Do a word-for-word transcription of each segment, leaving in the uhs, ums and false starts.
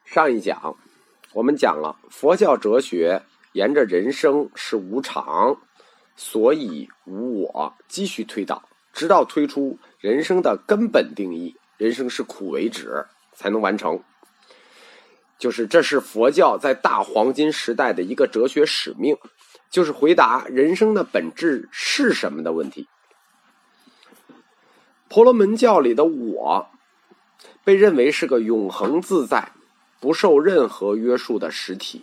上一讲我们讲了佛教哲学沿着人生是无常，所以无我，继续推导，直到推出人生的根本定义，人生是苦为止才能完成。就是这是佛教在大黄金时代的一个哲学使命，就是回答人生的本质是什么的问题。婆罗门教里的我被认为是个永恒自在不受任何约束的实体。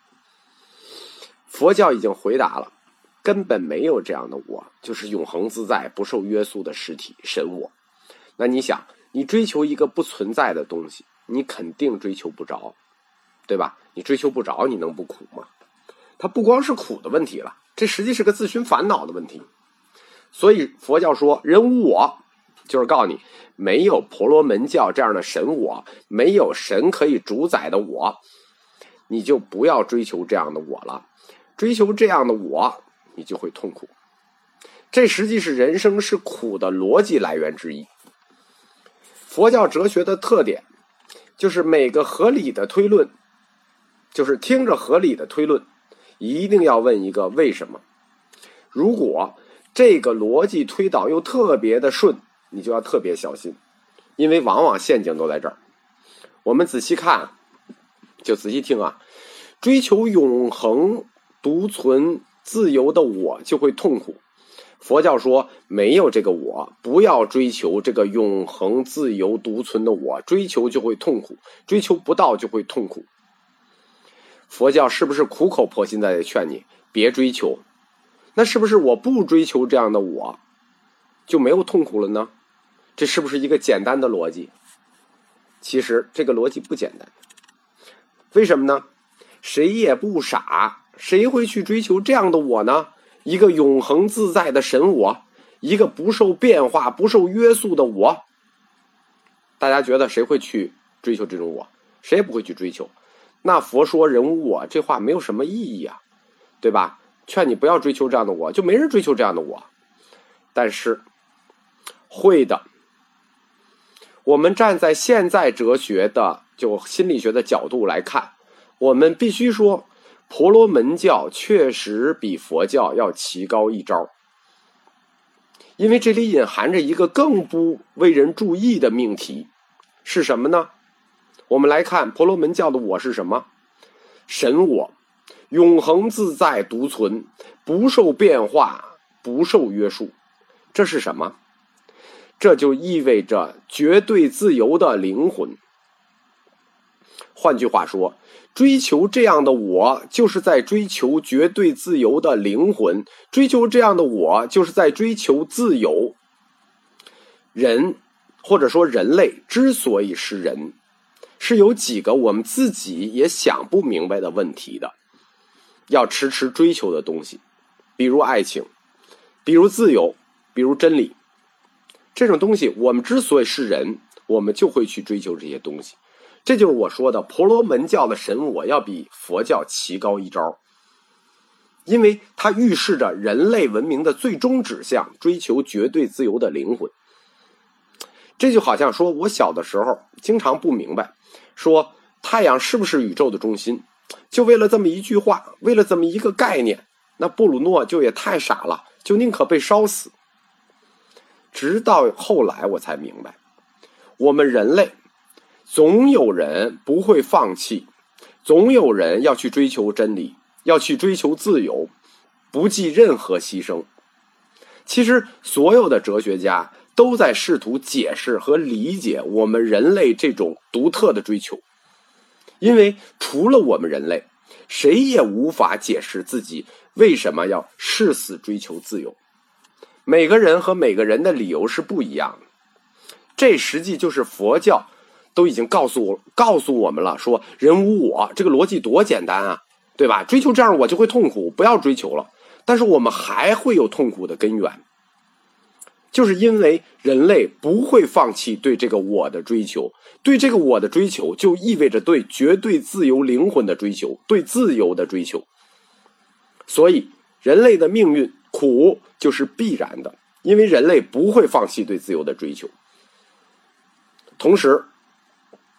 佛教已经回答了，根本没有这样的我，就是永恒自在不受约束的实体神我。那你想，你追求一个不存在的东西，你肯定追求不着，对吧？你追求不着，你能不苦吗？它不光是苦的问题了，这实际是个自寻烦恼的问题。所以佛教说人无我，就是告诉你没有婆罗门教这样的神我，没有神可以主宰的我，你就不要追求这样的我了。追求这样的我，你就会痛苦。这实际是人生是苦的逻辑来源之一。佛教哲学的特点就是每个合理的推论，就是听着合理的推论，一定要问一个为什么。如果这个逻辑推导又特别的顺，你就要特别小心，因为往往陷阱都在这儿。我们仔细看，就仔细听啊，追求永恒独存自由的我就会痛苦。佛教说没有这个我，不要追求这个永恒自由独存的我，追求就会痛苦，追求不到就会痛苦。佛教是不是苦口婆心在劝你别追求？那是不是我不追求这样的我就没有痛苦了呢？这是不是一个简单的逻辑？其实这个逻辑不简单。为什么呢？谁也不傻，谁会去追求这样的我呢？一个永恒自在的神我，一个不受变化不受约束的我。大家觉得谁会去追求这种我？谁也不会去追求。那佛说人无我，这话没有什么意义啊，对吧？劝你不要追求这样的我，就没人追求这样的我。但是会的，我们站在现在哲学的就心理学的角度来看，我们必须说婆罗门教确实比佛教要奇高一招。因为这里隐含着一个更不为人注意的命题，是什么呢？我们来看婆罗门教的我是什么？神我，永恒自在独存，不受变化不受约束。这是什么？这就意味着绝对自由的灵魂。换句话说，追求这样的我就是在追求绝对自由的灵魂，追求这样的我就是在追求自由。人或者说人类之所以是人，是有几个我们自己也想不明白的问题的，要迟迟追求的东西，比如爱情，比如自由，比如真理。这种东西我们之所以是人，我们就会去追求这些东西。这就是我说的婆罗门教的神我要比佛教奇高一招，因为它预示着人类文明的最终指向，追求绝对自由的灵魂。这就好像说我小的时候经常不明白，说太阳是不是宇宙的中心，就为了这么一句话，为了这么一个概念，那布鲁诺就也太傻了，就宁可被烧死。直到后来我才明白，我们人类总有人不会放弃，总有人要去追求真理，要去追求自由，不计任何牺牲。其实所有的哲学家都在试图解释和理解我们人类这种独特的追求，因为除了我们人类，谁也无法解释自己为什么要誓死追求自由。每个人和每个人的理由是不一样的。这实际就是佛教都已经告诉我告诉我们了，说人无我，这个逻辑多简单啊，对吧？追求这样我就会痛苦，不要追求了。但是我们还会有痛苦的根源，就是因为人类不会放弃对这个我的追求，对这个我的追求就意味着对绝对自由灵魂的追求，对自由的追求。所以人类的命运苦就是必然的，因为人类不会放弃对自由的追求。同时，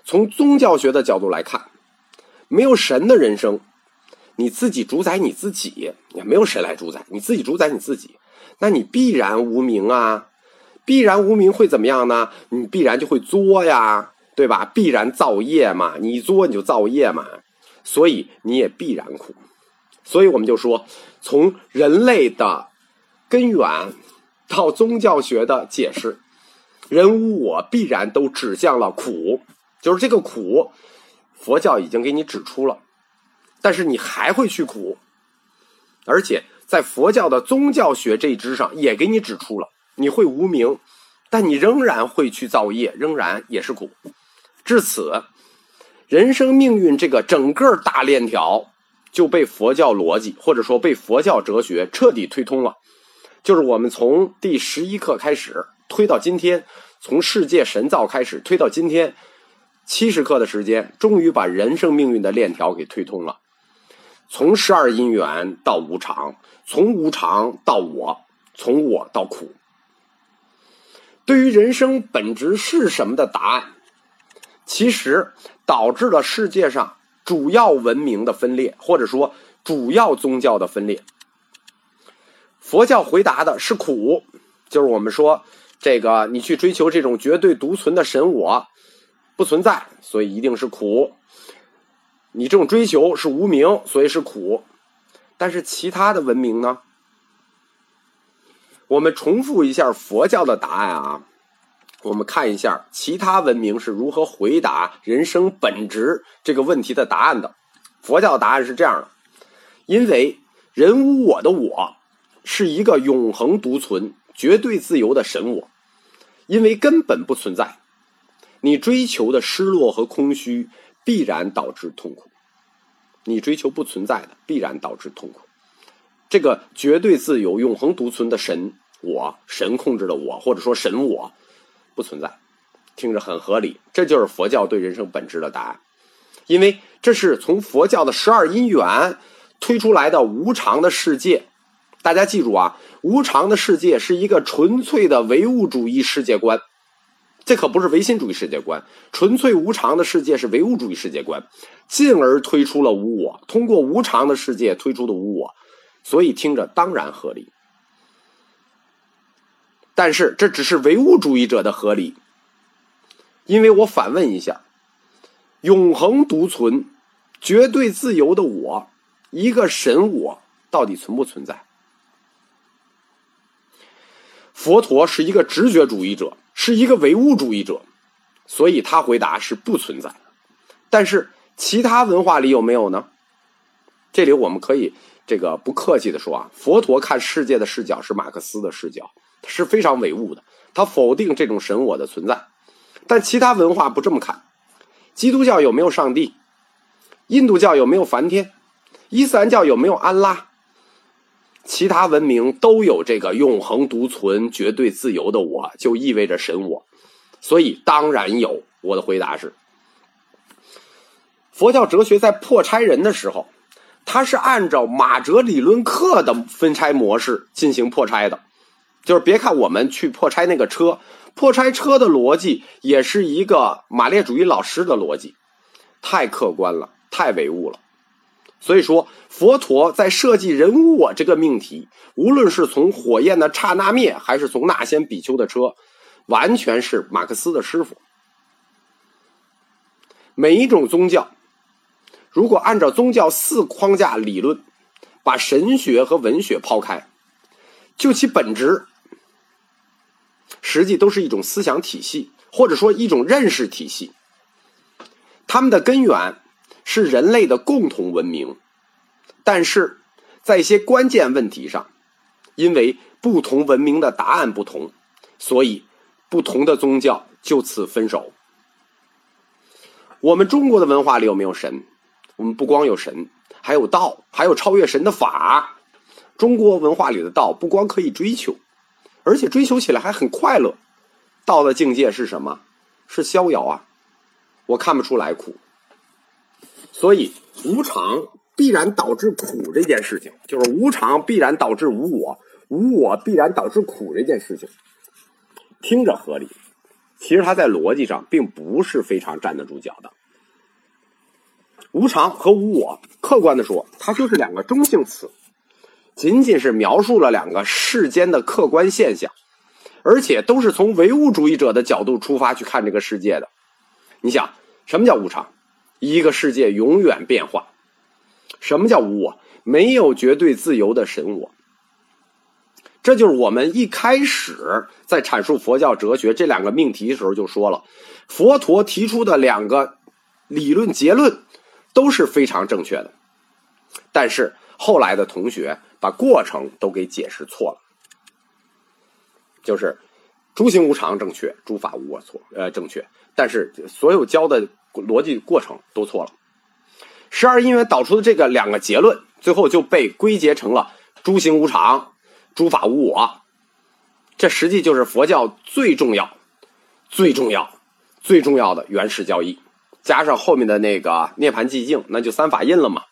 从宗教学的角度来看，没有神的人生，你自己主宰你自己，也没有神来主宰，你自己主宰你自己，那你必然无明啊，必然无明会怎么样呢？你必然就会作呀，对吧？必然造业嘛，你一作你就造业嘛，所以你也必然苦。所以我们就说，从人类的根源到宗教学的解释，人无我必然都指向了苦，就是这个苦，佛教已经给你指出了，但是你还会去苦，而且在佛教的宗教学这一支上也给你指出了，你会无明，但你仍然会去造业，仍然也是苦。至此，人生命运这个整个大链条就被佛教逻辑或者说被佛教哲学彻底推通了。就是我们从第十一课开始推到今天，从世界神造开始推到今天七十课的时间，终于把人生命运的链条给推通了。从十二因缘到无常，从无常到我，从我到苦。对于人生本质是什么的答案，其实导致了世界上主要文明的分裂，或者说主要宗教的分裂。佛教回答的是苦，就是我们说这个你去追求这种绝对独存的神我不存在，所以一定是苦。你这种追求是无明，所以是苦。但是其他的文明呢？我们重复一下佛教的答案啊，我们看一下其他文明是如何回答人生本质这个问题的答案的。佛教的答案是这样的：因为人无我的我是一个永恒独存、绝对自由的神我，因为根本不存在，你追求的失落和空虚必然导致痛苦。你追求不存在的，必然导致痛苦。这个绝对自由、永恒独存的神我，神控制的我，或者说神我，不存在，听着很合理。这就是佛教对人生本质的答案，因为这是从佛教的十二因缘推出来的无常的世界。大家记住啊，无常的世界是一个纯粹的唯物主义世界观，这可不是唯心主义世界观。纯粹无常的世界是唯物主义世界观，进而推出了无我，通过无常的世界推出的无我，所以听着当然合理。但是这只是唯物主义者的合理，因为我反问一下，永恒独存、绝对自由的我，一个神我，到底存不存在？佛陀是一个直觉主义者，是一个唯物主义者，所以他回答是不存在。但是其他文化里有没有呢？这里我们可以这个不客气的说啊，佛陀看世界的视角是马克思的视角，是非常唯物的，他否定这种神我的存在。但其他文化不这么看。基督教有没有上帝？印度教有没有梵天？伊斯兰教有没有安拉？其他文明都有这个永恒独存、绝对自由的我，就意味着神我，所以当然有。我的回答是，佛教哲学在破拆人的时候，它是按照马哲理论课的分拆模式进行破拆的。就是别看我们去破拆那个车，破拆车的逻辑也是一个马列主义老师的逻辑，太客观了，太唯物了。所以说佛陀在设计人无我这个命题，无论是从火焰的刹那灭，还是从那先比丘的车，完全是马克思的师傅。每一种宗教如果按照宗教四框架理论，把神学和文学抛开，就其本质实际都是一种思想体系，或者说一种认识体系。它们的根源是人类的共同文明，但是在一些关键问题上，因为不同文明的答案不同，所以不同的宗教就此分手。我们中国的文化里有没有神？我们不光有神，还有道，还有超越神的法。中国文化里的道不光可以追求，而且追求起来还很快乐。道的境界是什么？是逍遥啊，我看不出来苦。所以无常必然导致苦这件事情，就是无常必然导致无我，无我必然导致苦这件事情，听着合理。 其实它在逻辑上并不是非常站得住脚的。无常和无我，客观的说，它就是两个中性词，仅仅是描述了两个世间的客观现象，而且都是从唯物主义者的角度出发去看这个世界的。你想，什么叫无常？一个世界永远变化。什么叫无我？没有绝对自由的神我。这就是我们一开始在阐述佛教哲学这两个命题的时候就说了，佛陀提出的两个理论结论都是非常正确的，但是后来的同学把过程都给解释错了，就是诸行无常正确，诸法无我错，呃正确，但是所有教的逻辑过程都错了。十二因缘导出的这个两个结论，最后就被归结成了诸行无常，诸法无我。这实际就是佛教最重要、最重要、最重要的原始教义，加上后面的那个涅槃寂静，那就三法印了嘛。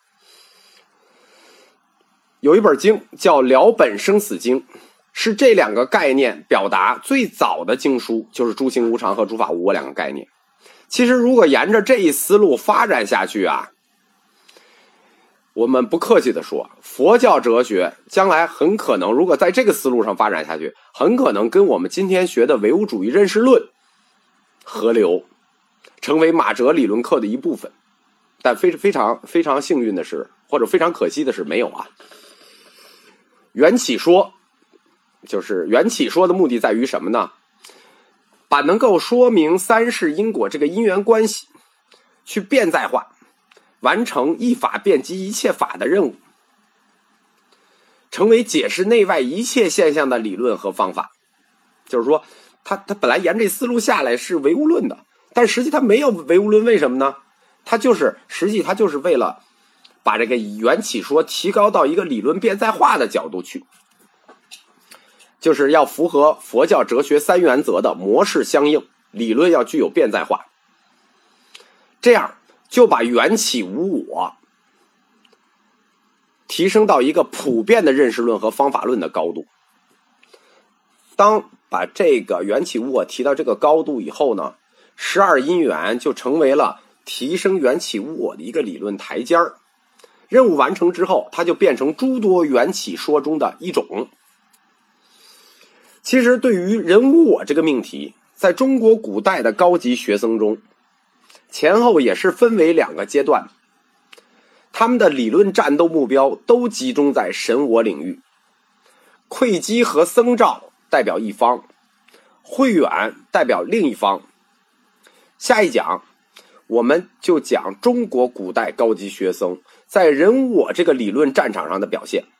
有一本经叫《了本生死经》，是这两个概念表达最早的经书，就是诸行无常和诸法无我两个概念。其实如果沿着这一思路发展下去啊，我们不客气的说，佛教哲学将来很可能，如果在这个思路上发展下去，很可能跟我们今天学的唯物主义认识论合流，成为马哲理论课的一部分。但非非常非常幸运的是，或者非常可惜的是，没有啊。缘起说，就是缘起说的目的在于什么呢？把能够说明三世因果这个因缘关系去变在化，完成一法遍及一切法的任务，成为解释内外一切现象的理论和方法。就是说他他本来沿这思路下来是唯物论的，但实际他没有唯物论，为什么呢？他就是实际他就是为了把这个缘起说提高到一个理论变在化的角度去，就是要符合佛教哲学三原则的模式相应，理论要具有变在化，这样就把缘起无我提升到一个普遍的认识论和方法论的高度。当把这个缘起无我提到这个高度以后呢，十二因缘就成为了提升缘起无我的一个理论台阶儿。任务完成之后，它就变成诸多缘起说中的一种。其实对于人无我这个命题，在中国古代的高级学僧中，前后也是分为两个阶段，他们的理论战斗目标都集中在神我领域。慧基和僧肇代表一方，慧远代表另一方。下一讲我们就讲中国古代高级学僧在人无我这个理论战场上的表现。